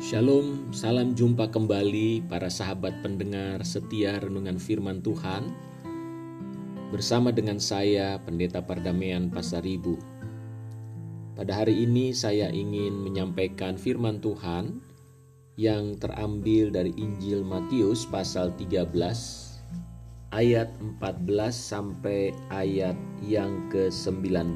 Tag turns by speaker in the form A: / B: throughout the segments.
A: Shalom, salam jumpa kembali para sahabat pendengar setia renungan firman Tuhan. Bersama dengan saya, Pendeta Pardamaian Pasaribu. Pada hari ini saya ingin menyampaikan firman Tuhan yang terambil dari Injil Matius pasal 13 ayat 14 sampai ayat yang ke-19.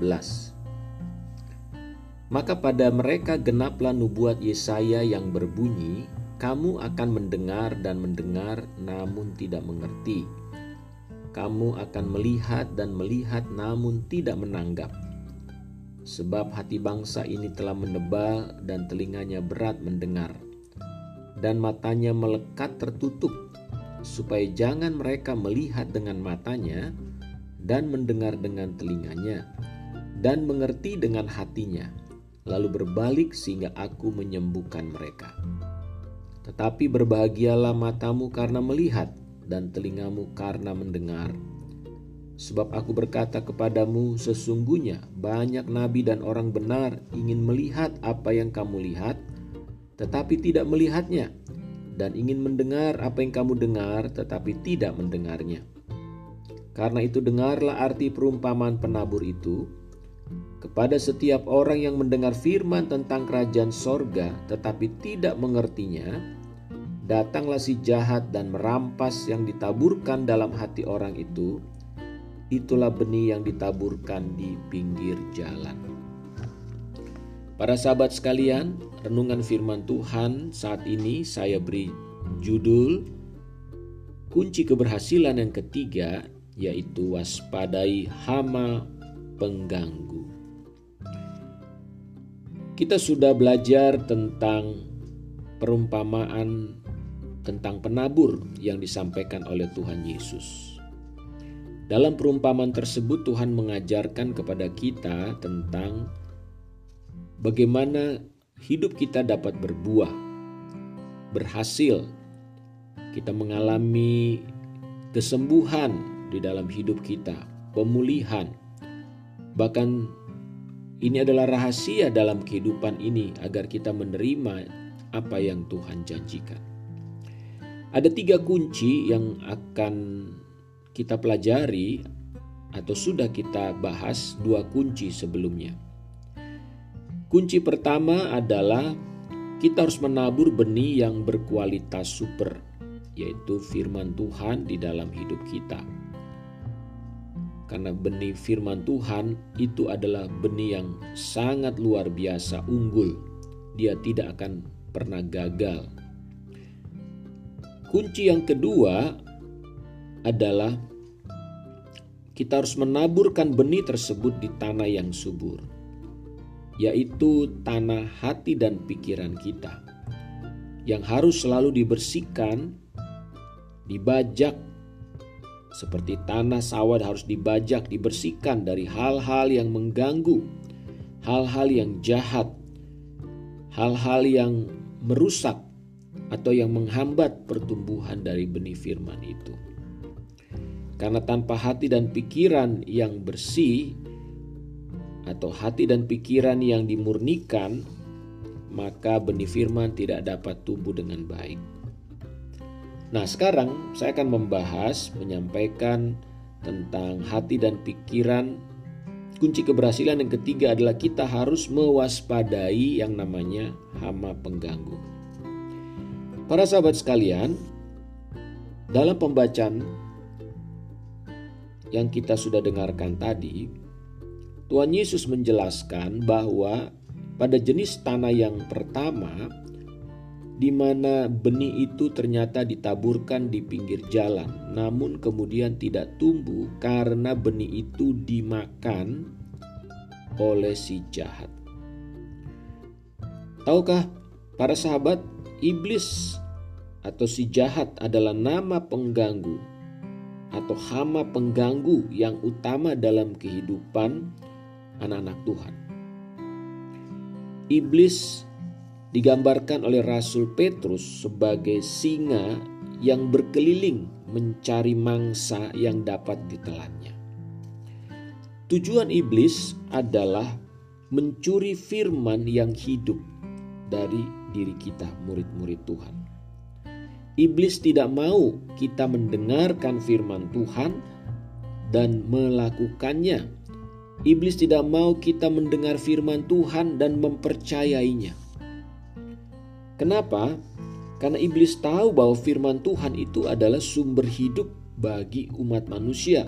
A: Maka pada mereka genaplah nubuat Yesaya yang berbunyi, "Kamu akan mendengar dan mendengar, namun tidak mengerti. Kamu akan melihat dan melihat, namun tidak menanggap. Sebab hati bangsa ini telah menebal dan telinganya berat mendengar, dan matanya melekat tertutup, supaya jangan mereka melihat dengan matanya, dan mendengar dengan telinganya, dan mengerti dengan hatinya, lalu berbalik sehingga aku menyembuhkan mereka. Tetapi berbahagialah matamu karena melihat dan telingamu karena mendengar. Sebab aku berkata kepadamu, sesungguhnya banyak nabi dan orang benar ingin melihat apa yang kamu lihat, tetapi tidak melihatnya, dan ingin mendengar apa yang kamu dengar, tetapi tidak mendengarnya. Karena itu dengarlah arti perumpamaan penabur itu. Kepada setiap orang yang mendengar firman tentang kerajaan sorga tetapi tidak mengertinya, datanglah si jahat dan merampas yang ditaburkan dalam hati orang itu. Itulah benih yang ditaburkan di pinggir jalan." Para sahabat sekalian, renungan firman Tuhan saat ini saya beri judul kunci keberhasilan yang ketiga, yaitu waspadai hama pengganggu. Kita sudah belajar tentang perumpamaan tentang penabur yang disampaikan oleh Tuhan Yesus. Dalam perumpamaan tersebut Tuhan mengajarkan kepada kita tentang bagaimana hidup kita dapat berbuah, berhasil. Kita mengalami kesembuhan di dalam hidup kita, pemulihan. Bahkan ini adalah rahasia dalam kehidupan ini agar kita menerima apa yang Tuhan janjikan. Ada 3 kunci yang akan kita pelajari atau sudah kita bahas 2 kunci sebelumnya. Kunci pertama adalah kita harus menabur benih yang berkualitas super, yaitu firman Tuhan di dalam hidup kita. Karena benih firman Tuhan itu adalah benih yang sangat luar biasa, unggul. Dia tidak akan pernah gagal. Kunci yang kedua adalah kita harus menaburkan benih tersebut di tanah yang subur, yaitu tanah hati dan pikiran kita, yang harus selalu dibersihkan, dibajak. Seperti tanah sawah harus dibajak, dibersihkan dari hal-hal yang mengganggu, hal-hal yang jahat, hal-hal yang merusak atau yang menghambat pertumbuhan dari benih firman itu. Karena tanpa hati dan pikiran yang bersih atau hati dan pikiran yang dimurnikan, maka benih firman tidak dapat tumbuh dengan baik. Nah, sekarang saya akan menyampaikan tentang hati dan pikiran. Kunci keberhasilan yang ketiga adalah kita harus mewaspadai yang namanya hama pengganggu. Para sahabat sekalian, dalam pembacaan yang kita sudah dengarkan tadi, Tuhan Yesus menjelaskan bahwa pada jenis tanah yang pertama, di mana benih itu ternyata ditaburkan di pinggir jalan, namun kemudian tidak tumbuh karena benih itu dimakan oleh si jahat. Tahukah para sahabat, iblis atau si jahat adalah nama pengganggu atau hama pengganggu yang utama dalam kehidupan anak-anak Tuhan. Iblis digambarkan oleh Rasul Petrus sebagai singa yang berkeliling mencari mangsa yang dapat ditelannya. Tujuan iblis adalah mencuri firman yang hidup dari diri kita, murid-murid Tuhan. Iblis tidak mau kita mendengarkan firman Tuhan dan melakukannya. Iblis tidak mau kita mendengar firman Tuhan dan mempercayainya. Kenapa? Karena iblis tahu bahwa firman Tuhan itu adalah sumber hidup bagi umat manusia.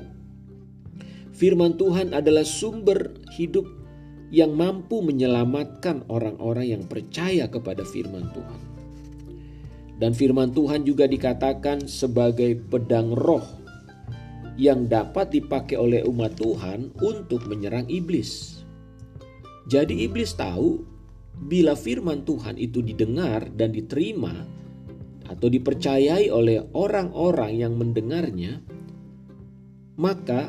A: Firman Tuhan adalah sumber hidup yang mampu menyelamatkan orang-orang yang percaya kepada firman Tuhan. Dan firman Tuhan juga dikatakan sebagai pedang roh yang dapat dipakai oleh umat Tuhan untuk menyerang iblis. Jadi iblis tahu bila firman Tuhan itu didengar dan diterima atau dipercayai oleh orang-orang yang mendengarnya, maka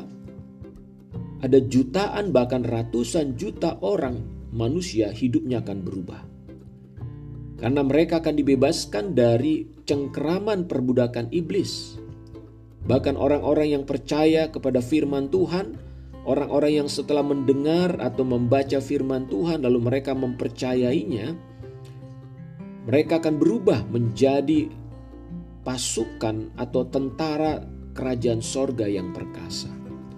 A: ada jutaan bahkan ratusan juta orang manusia hidupnya akan berubah. Karena mereka akan dibebaskan dari cengkeraman perbudakan iblis. Bahkan orang-orang yang percaya kepada firman Tuhan, orang-orang yang setelah mendengar atau membaca firman Tuhan lalu mereka mempercayainya, mereka akan berubah menjadi pasukan atau tentara kerajaan sorga yang perkasa.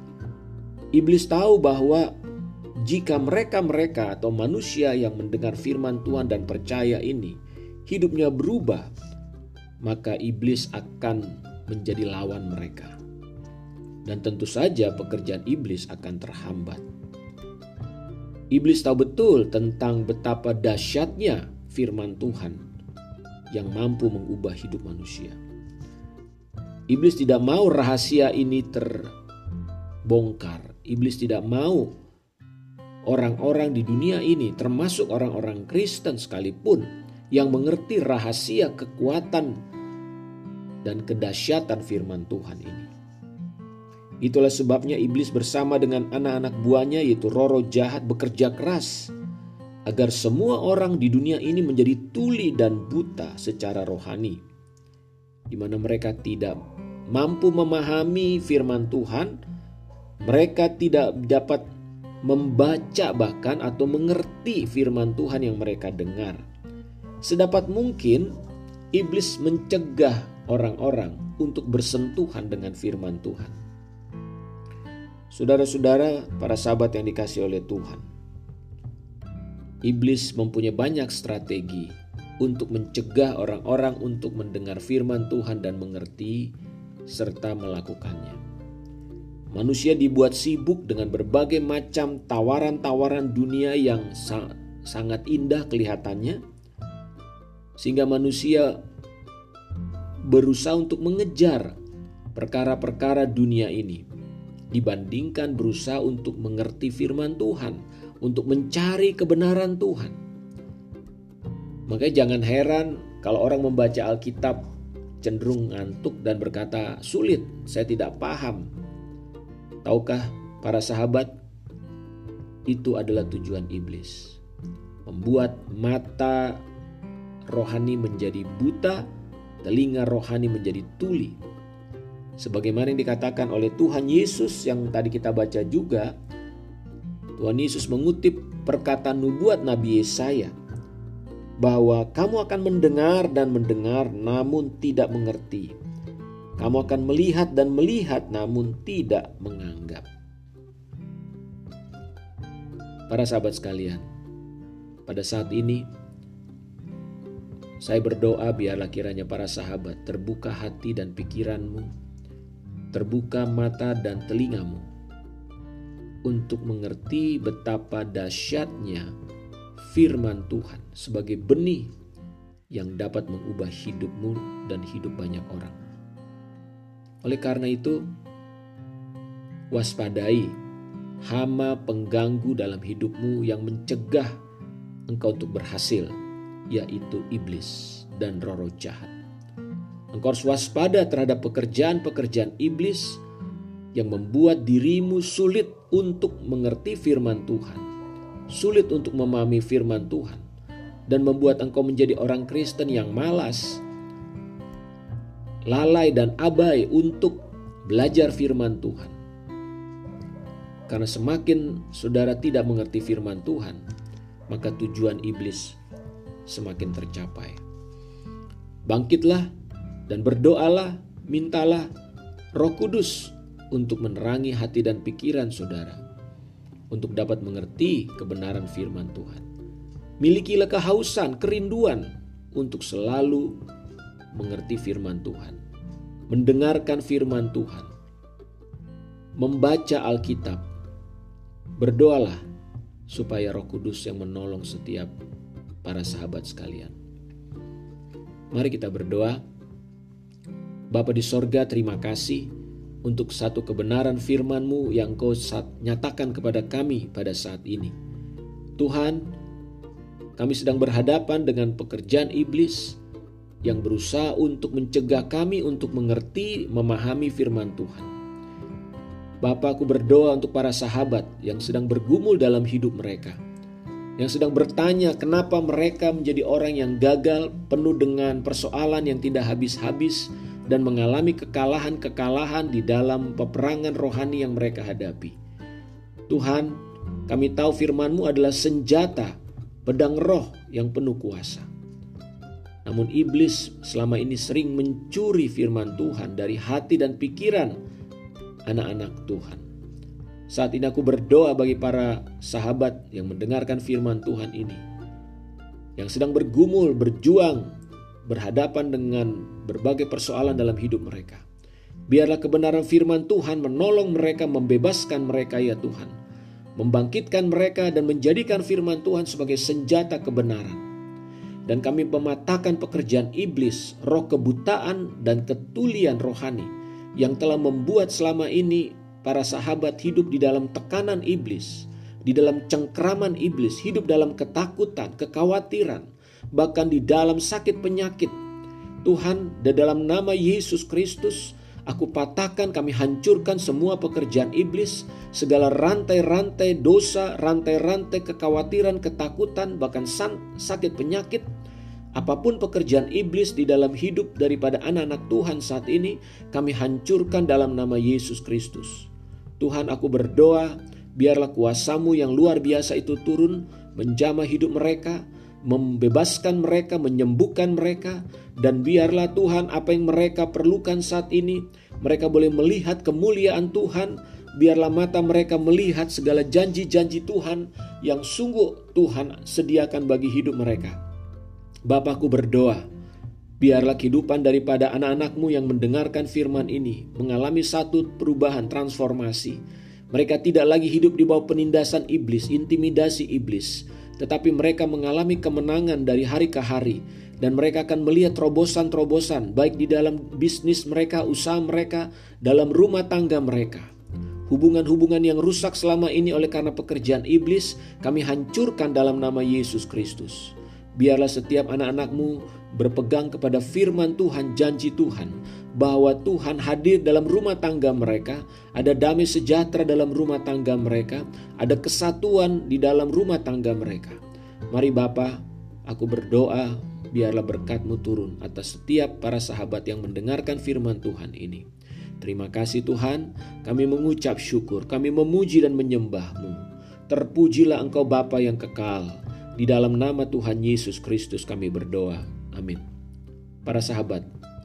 A: Iblis tahu bahwa jika mereka atau manusia yang mendengar firman Tuhan dan percaya ini hidupnya berubah, maka iblis akan menjadi lawan mereka. Dan tentu saja pekerjaan iblis akan terhambat. Iblis tahu betul tentang betapa dahsyatnya firman Tuhan yang mampu mengubah hidup manusia. Iblis tidak mau rahasia ini terbongkar. Iblis tidak mau orang-orang di dunia ini, termasuk orang-orang Kristen sekalipun, yang mengerti rahasia kekuatan dan kedahsyatan firman Tuhan ini. Itulah sebabnya iblis bersama dengan anak-anak buahnya yaitu roh-roh jahat bekerja keras agar semua orang di dunia ini menjadi tuli dan buta secara rohani, di mana mereka tidak mampu memahami firman Tuhan, mereka tidak dapat membaca bahkan atau mengerti firman Tuhan yang mereka dengar. Sedapat mungkin iblis mencegah orang-orang untuk bersentuhan dengan firman Tuhan. Saudara-saudara, para sahabat yang dikasihi oleh Tuhan, iblis mempunyai banyak strategi untuk mencegah orang-orang untuk mendengar firman Tuhan dan mengerti serta melakukannya. Manusia dibuat sibuk dengan berbagai macam tawaran-tawaran dunia yang sangat indah kelihatannya, sehingga manusia berusaha untuk mengejar perkara-perkara dunia ini dibandingkan berusaha untuk mengerti firman Tuhan, untuk mencari kebenaran Tuhan. Makanya jangan heran kalau orang membaca Alkitab cenderung ngantuk dan berkata, "Sulit, saya tidak paham." Tahukah para sahabat, itu adalah tujuan iblis. Membuat mata rohani menjadi buta, telinga rohani menjadi tuli. Sebagaimana yang dikatakan oleh Tuhan Yesus yang tadi kita baca juga, Tuhan Yesus mengutip perkataan nubuat Nabi Yesaya bahwa kamu akan mendengar dan mendengar namun tidak mengerti. Kamu akan melihat dan melihat namun tidak menganggap. Para sahabat sekalian, pada saat ini saya berdoa biarlah kiranya para sahabat terbuka hati dan pikiranmu, terbuka mata dan telingamu untuk mengerti betapa dahsyatnya firman Tuhan sebagai benih yang dapat mengubah hidupmu dan hidup banyak orang. Oleh karena itu, waspadai hama pengganggu dalam hidupmu yang mencegah engkau untuk berhasil, yaitu iblis dan roh-roh jahat. Engkau harus waspada terhadap pekerjaan-pekerjaan iblis yang membuat dirimu sulit untuk mengerti firman Tuhan, sulit untuk memahami firman Tuhan, dan membuat engkau menjadi orang Kristen yang malas, lalai dan abai untuk belajar firman Tuhan. Karena semakin saudara tidak mengerti firman Tuhan, maka tujuan iblis semakin tercapai. Bangkitlah dan berdoalah, mintalah Roh Kudus untuk menerangi hati dan pikiran saudara, untuk dapat mengerti kebenaran firman Tuhan. Milikilah kehausan, kerinduan untuk selalu mengerti firman Tuhan, mendengarkan firman Tuhan, membaca Alkitab. Berdoalah supaya Roh Kudus yang menolong setiap para sahabat sekalian. Mari kita berdoa. Bapa di sorga, terima kasih untuk satu kebenaran firman-Mu yang Kau nyatakan kepada kami pada saat ini. Tuhan, kami sedang berhadapan dengan pekerjaan iblis yang berusaha untuk mencegah kami untuk mengerti, memahami firman Tuhan. Bapa, aku berdoa untuk para sahabat yang sedang bergumul dalam hidup mereka, yang sedang bertanya kenapa mereka menjadi orang yang gagal, penuh dengan persoalan yang tidak habis-habis, dan mengalami kekalahan-kekalahan di dalam peperangan rohani yang mereka hadapi. Tuhan, kami tahu firman-Mu adalah senjata, pedang roh yang penuh kuasa. Namun iblis selama ini sering mencuri firman Tuhan dari hati dan pikiran anak-anak Tuhan. Saat ini aku berdoa bagi para sahabat yang mendengarkan firman Tuhan ini, yang sedang bergumul, berjuang, berhadapan dengan berbagai persoalan dalam hidup mereka. Biarlah kebenaran firman Tuhan menolong mereka, membebaskan mereka ya Tuhan, membangkitkan mereka dan menjadikan firman Tuhan sebagai senjata kebenaran. Dan kami mematahkan pekerjaan iblis, roh kebutaan dan ketulian rohani yang telah membuat selama ini para sahabat hidup di dalam tekanan iblis, di dalam cengkraman iblis, hidup dalam ketakutan, kekhawatiran, bahkan di dalam sakit penyakit. Tuhan, di dalam nama Yesus Kristus, aku patahkan, kami hancurkan semua pekerjaan iblis, segala rantai-rantai dosa, rantai-rantai kekhawatiran, ketakutan, bahkan sakit penyakit. Apapun pekerjaan iblis di dalam hidup daripada anak-anak Tuhan saat ini, kami hancurkan dalam nama Yesus Kristus. Tuhan, aku berdoa, biarlah kuasa-Mu yang luar biasa itu turun, menjamah hidup mereka, membebaskan mereka, menyembuhkan mereka, dan biarlah Tuhan apa yang mereka perlukan saat ini, mereka boleh melihat kemuliaan Tuhan. Biarlah mata mereka melihat segala janji-janji Tuhan yang sungguh Tuhan sediakan bagi hidup mereka. Bapakku berdoa, biarlah kehidupan daripada anak-anak-Mu yang mendengarkan firman ini mengalami satu perubahan, transformasi. Mereka tidak lagi hidup di bawah penindasan iblis, intimidasi iblis, tetapi mereka mengalami kemenangan dari hari ke hari. Dan mereka akan melihat terobosan-terobosan baik di dalam bisnis mereka, usaha mereka, dalam rumah tangga mereka. Hubungan-hubungan yang rusak selama ini oleh karena pekerjaan iblis, kami hancurkan dalam nama Yesus Kristus. Biarlah setiap anak-anak-Mu berpegang kepada firman Tuhan, janji Tuhan, bahwa Tuhan hadir dalam rumah tangga mereka, ada damai sejahtera dalam rumah tangga mereka, ada kesatuan di dalam rumah tangga mereka. Mari Bapa, aku berdoa, biarlah berkat-Mu turun atas setiap para sahabat yang mendengarkan firman Tuhan ini. Terima kasih Tuhan, kami mengucap syukur, kami memuji dan menyembah-Mu. Terpujilah Engkau Bapa yang kekal. Di dalam nama Tuhan Yesus Kristus kami berdoa. Amin. Para sahabat,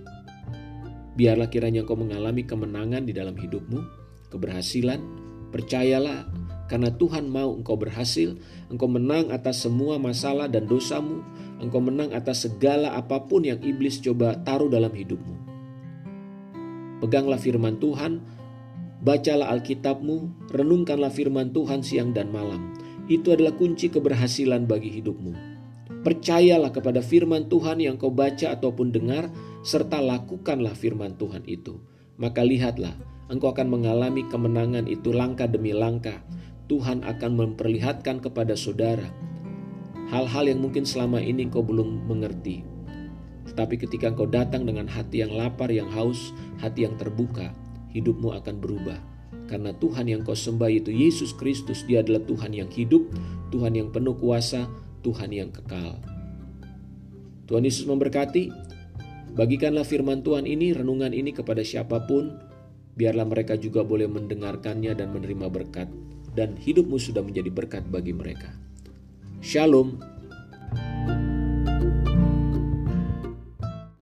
A: biarlah kiranya engkau mengalami kemenangan di dalam hidupmu, keberhasilan. Percayalah, karena Tuhan mau engkau berhasil, engkau menang atas semua masalah dan dosamu, engkau menang atas segala apapun yang iblis coba taruh dalam hidupmu. Peganglah firman Tuhan, bacalah Alkitabmu, renungkanlah firman Tuhan siang dan malam. Itu adalah kunci keberhasilan bagi hidupmu. Percayalah kepada firman Tuhan yang kau baca ataupun dengar, serta lakukanlah firman Tuhan itu. Maka lihatlah, engkau akan mengalami kemenangan itu langkah demi langkah. Tuhan akan memperlihatkan kepada saudara hal-hal yang mungkin selama ini engkau belum mengerti. Tetapi ketika engkau datang dengan hati yang lapar, yang haus, hati yang terbuka, hidupmu akan berubah. Karena Tuhan yang kau sembah itu Yesus Kristus, Dia adalah Tuhan yang hidup, Tuhan yang penuh kuasa, Tuhan yang kekal. Tuhan Yesus memberkati. Bagikanlah firman Tuhan ini, renungan ini kepada siapapun, biarlah mereka juga boleh mendengarkannya dan menerima berkat, dan hidupmu sudah menjadi berkat bagi mereka. Shalom.